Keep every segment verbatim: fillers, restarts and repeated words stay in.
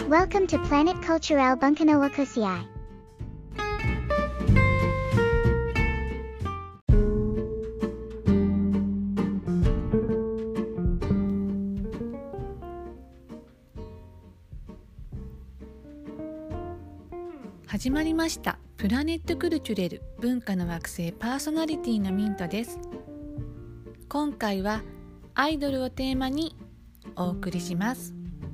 Welcome to Planet Cultural Bungkanawa Kusiai. 始まりました。プラネットクルチュレル文化の惑星パーソナリティのミントです。今回はアイドルをテーマにお送りします。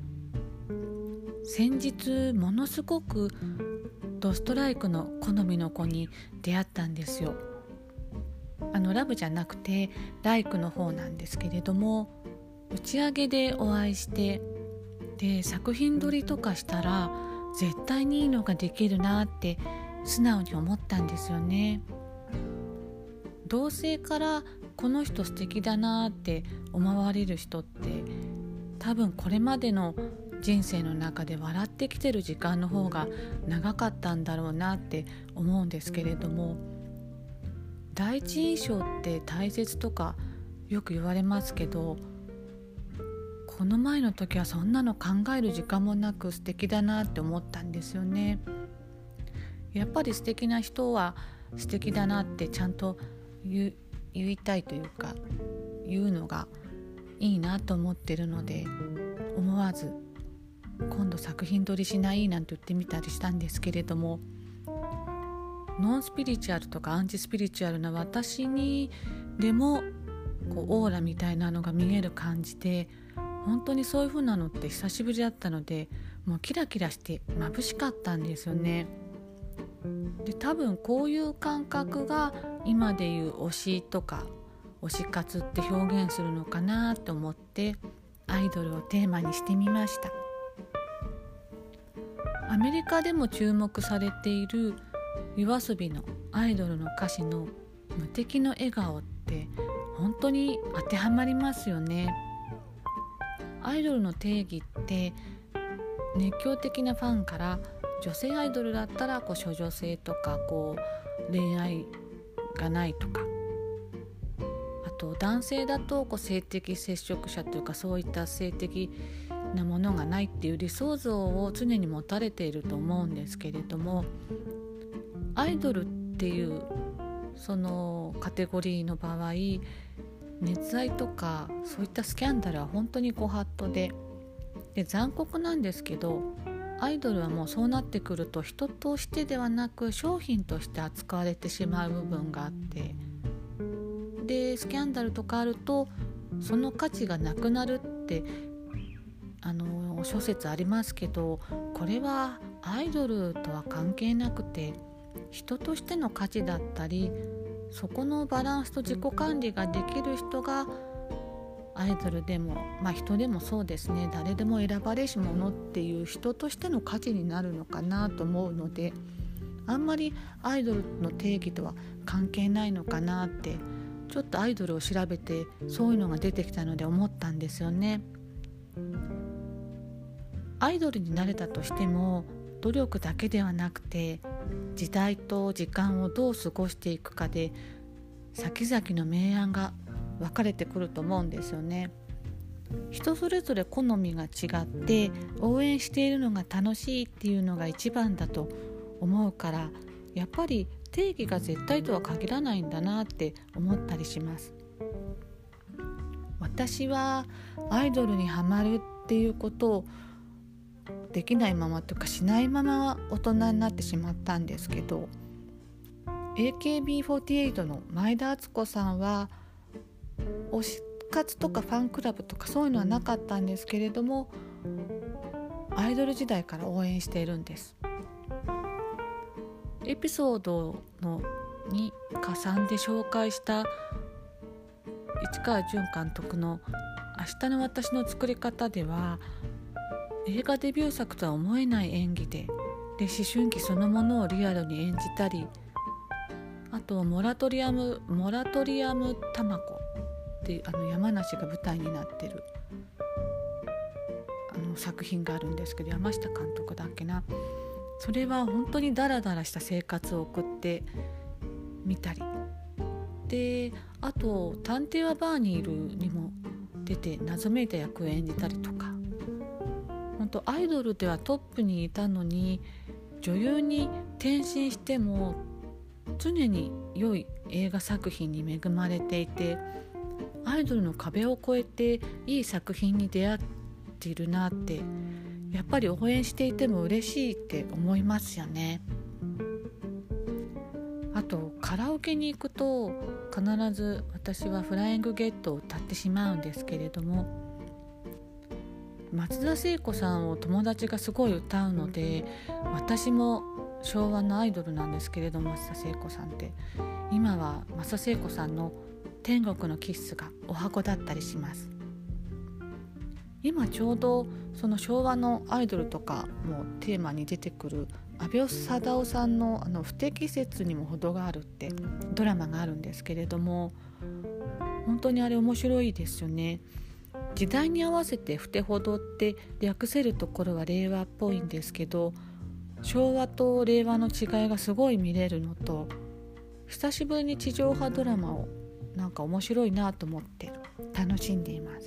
先日ものすごくドストライクの好みの子に出会ったんですよ。あのラブじゃなくてライクの方なんですけれども、打ち上げでお会いして、で作品撮りとかしたら絶対にいいのができるなって素直に思ったんですよね。同性からこの人素敵だなって思われる人って多分これまでの人生の中で笑ってきてる時間の方が長かったんだろうなって思うんですけれども、第一印象って大切とかよく言われますけど、この前の時はそんなの考える時間もなく素敵だなって思ったんですよね。やっぱり素敵な人は素敵だなってちゃんと 言, 言いたいというか言うのがいいなと思ってるので、思わず今度作品撮りしないなんて言ってみたりしたんですけれども、ノンスピリチュアルとかアンチスピリチュアルな私にでもこうオーラみたいなのが見える感じで、本当にそういう風なのって久しぶりだったので、もうキラキラして眩しかったんですよね。で多分こういう感覚が今でいう推しとか推し活って表現するのかなと思ってアイドルをテーマにしてみました。アメリカでも注目されているYOASOBIのアイドルの歌詞の無敵の笑顔って本当に当てはまりますよね。アイドルの定義って熱狂的なファンから、女性アイドルだったらこう処女性とかこう恋愛がないとか、あと男性だとこう性的接触者というかそういった性的なものがないっていう理想像を常に持たれていると思うんですけれども、アイドルっていうそのカテゴリーの場合、熱愛とかそういったスキャンダルは本当にご法度で、で残酷なんですけど、アイドルはもうそうなってくると人としてではなく商品として扱われてしまう部分があって、でスキャンダルとかあるとその価値がなくなるってあの諸説ありますけど、これはアイドルとは関係なくて人としての価値だったり、そこのバランスと自己管理ができる人がアイドルでも、まあ人でもそうですね、誰でも選ばれし者っていう人としての価値になるのかなと思うので、あんまりアイドルの定義とは関係ないのかなって、ちょっとアイドルを調べてそういうのが出てきたので思ったんですよね。アイドルになれたとしても努力だけではなくて、時代と時間をどう過ごしていくかで先々の明暗が分かれてくると思うんですよね。人それぞれ好みが違って応援しているのが楽しいっていうのが一番だと思うから、やっぱり定義が絶対とは限らないんだなって思ったりします。私はアイドルにハマるっていうことをできないままというかしないまま大人になってしまったんですけど、 エーケービーフォーティーエイト の前田敦子さんは推し活とかファンクラブとかそういうのはなかったんですけれども、アイドル時代から応援しているんです。エピソードのに加算で紹介した市川淳監督の明日の私の作り方では、映画デビュー作とは思えない演技で、で思春期そのものをリアルに演じたり、あとモラトリアムモラトリアムタマコっていうあの山梨が舞台になってるあの作品があるんですけど、山下監督だっけな、それは本当にダラダラした生活を送ってみたりで、あと探偵はバーにいるにも出て謎めいた役を演じたりとか、 本当アイドルではトップにいたのに女優に転身しても常に良い映画作品に恵まれていて、アイドルの壁を越えていい作品に出会っているなって、やっぱり応援していても嬉しいって思いますよね。あとカラオケに行くと必ず私はフライングゲットを歌ってしまうんですけれども、松田聖子さんを友達がすごい歌うので、私も昭和のアイドルなんですけれども、松田聖子さんって今は松田聖子さんの天国のキッスがお箱だったりします。今ちょうどその昭和のアイドルとかもテーマに出てくる阿部サダヲさんのあの不適切にも程があるってドラマがあるんですけれども、本当にあれ面白いですよね。時代に合わせてふてほどって略せるところは令和っぽいんですけど、昭和と令和の違いがすごい見れるのと、久しぶりに地上波ドラマをなんか面白いなと思って楽しんでいます。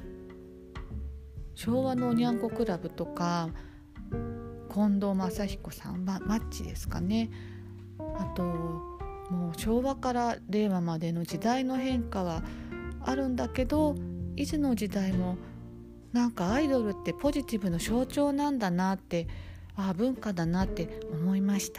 昭和のおにゃんこクラブとか近藤正彦さん、マッチですかね。あともう昭和から令和までの時代の変化はあるんだけど、いつの時代もなんかアイドルってポジティブの象徴なんだなって、ああ文化だなって思いました。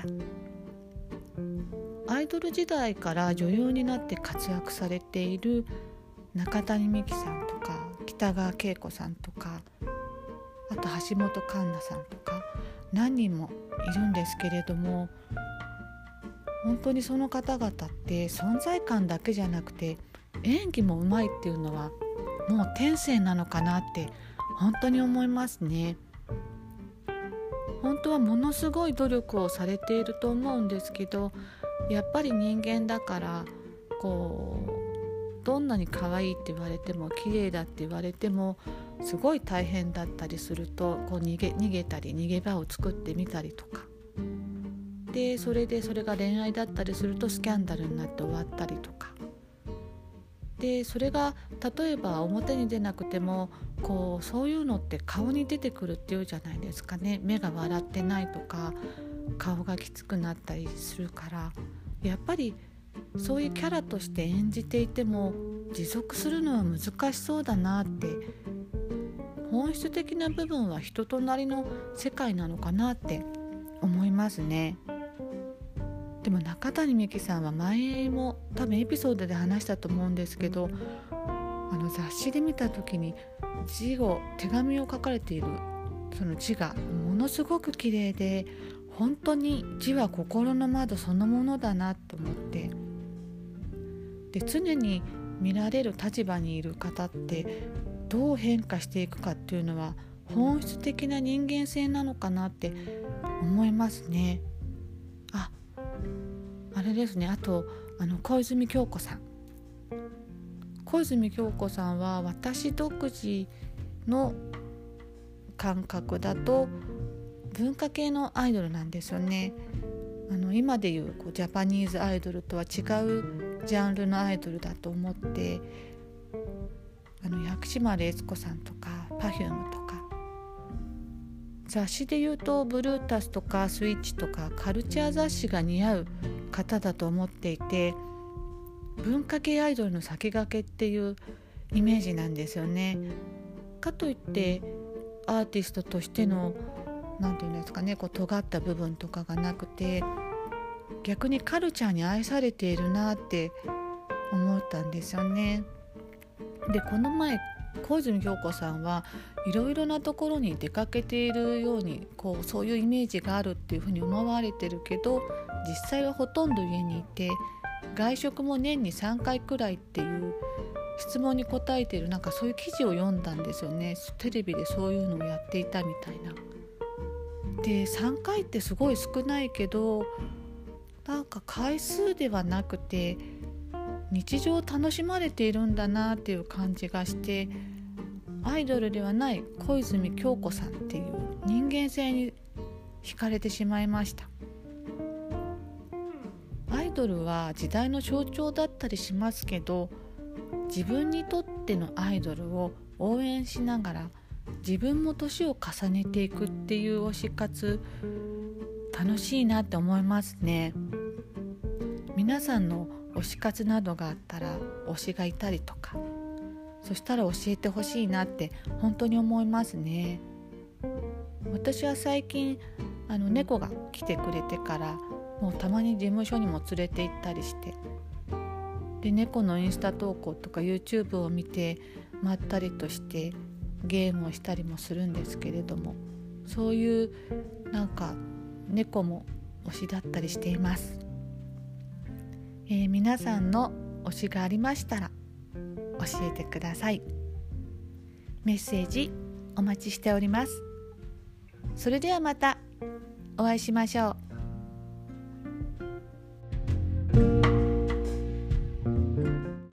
アイドル時代から女優になって活躍されている中谷美紀さんとか北川景子さんとか、あと橋本環奈さんとか何人もいるんですけれども、本当にその方々って存在感だけじゃなくて演技もうまいっていうのはもう天性なのかなって本当に思いますね。本当はものすごい努力をされていると思うんですけど、やっぱり人間だからこうどんなに可愛いって言われても綺麗だって言われてもすごい大変だったりすると、こう逃げ、逃げたり逃げ場を作ってみたりとかで、それでそれが恋愛だったりするとスキャンダルになって終わったりとかで、それが例えば表に出なくてもこうそういうのって顔に出てくるっていうじゃないですかね。目が笑ってないとか顔がきつくなったりするから、やっぱりそういうキャラとして演じていても持続するのは難しそうだなって、本質的な部分は人となりの世界なのかなって思いますね。でも中谷美紀さんは前も多分エピソードで話したと思うんですけど、あの雑誌で見た時に字を手紙を書かれているその字がものすごく綺麗で、本当に字は心の窓そのものだなと思って、で常に見られる立場にいる方ってどう変化していくかっていうのは本質的な人間性なのかなって思いますね。あ、あれですね。あとあの小泉今日子さん小泉今日子さんは私独自の感覚だと文化系のアイドルなんですよね。あの今でいう、こうジャパニーズアイドルとは違うジャンルのアイドルだと思って、あの薬師丸悦子さんとか Perfume とか、雑誌でいうとブルータスとかスイッチとかカルチャー雑誌が似合う方だと思っていて、文化系アイドルの先駆けっていうイメージなんですよね。かといってアーティストとしてのなんていうんですかね、こう尖った部分とかがなくて、逆にカルチャーに愛されているなって思ったんですよね。でこの前小泉今日子さんはいろいろなところに出かけているように、こうそういうイメージがあるっていうふうに思われてるけど、実際はほとんど家にいて、外食も年にさんかいくらいっていう質問に答えている、なんかそういう記事を読んだんですよね。テレビでそういうのをやっていたみたいな。でさんかいってすごい少ないけど、なんか回数ではなくて日常を楽しまれているんだなっていう感じがして、アイドルではない小泉今日子さんっていう人間性に惹かれてしまいました。アイドルは時代の象徴だったりしますけど、自分にとってのアイドルを応援しながら自分も年を重ねていくっていう推し活楽しいなって思いますね。皆さんの推し活などがあったら、推しがいたりとか、そしたら教えてほしいなって本当に思いますね。私は最近あの猫が来てくれてから、もうたまに事務所にも連れて行ったりして、で猫のインスタ投稿とか YouTube を見てまったりとしてゲームをしたりもするんですけれども、そういうなんか猫も推しだったりしています。えー、皆さんの推しがありましたら教えてください。メッセージお待ちしております。それではまたお会いしましょう。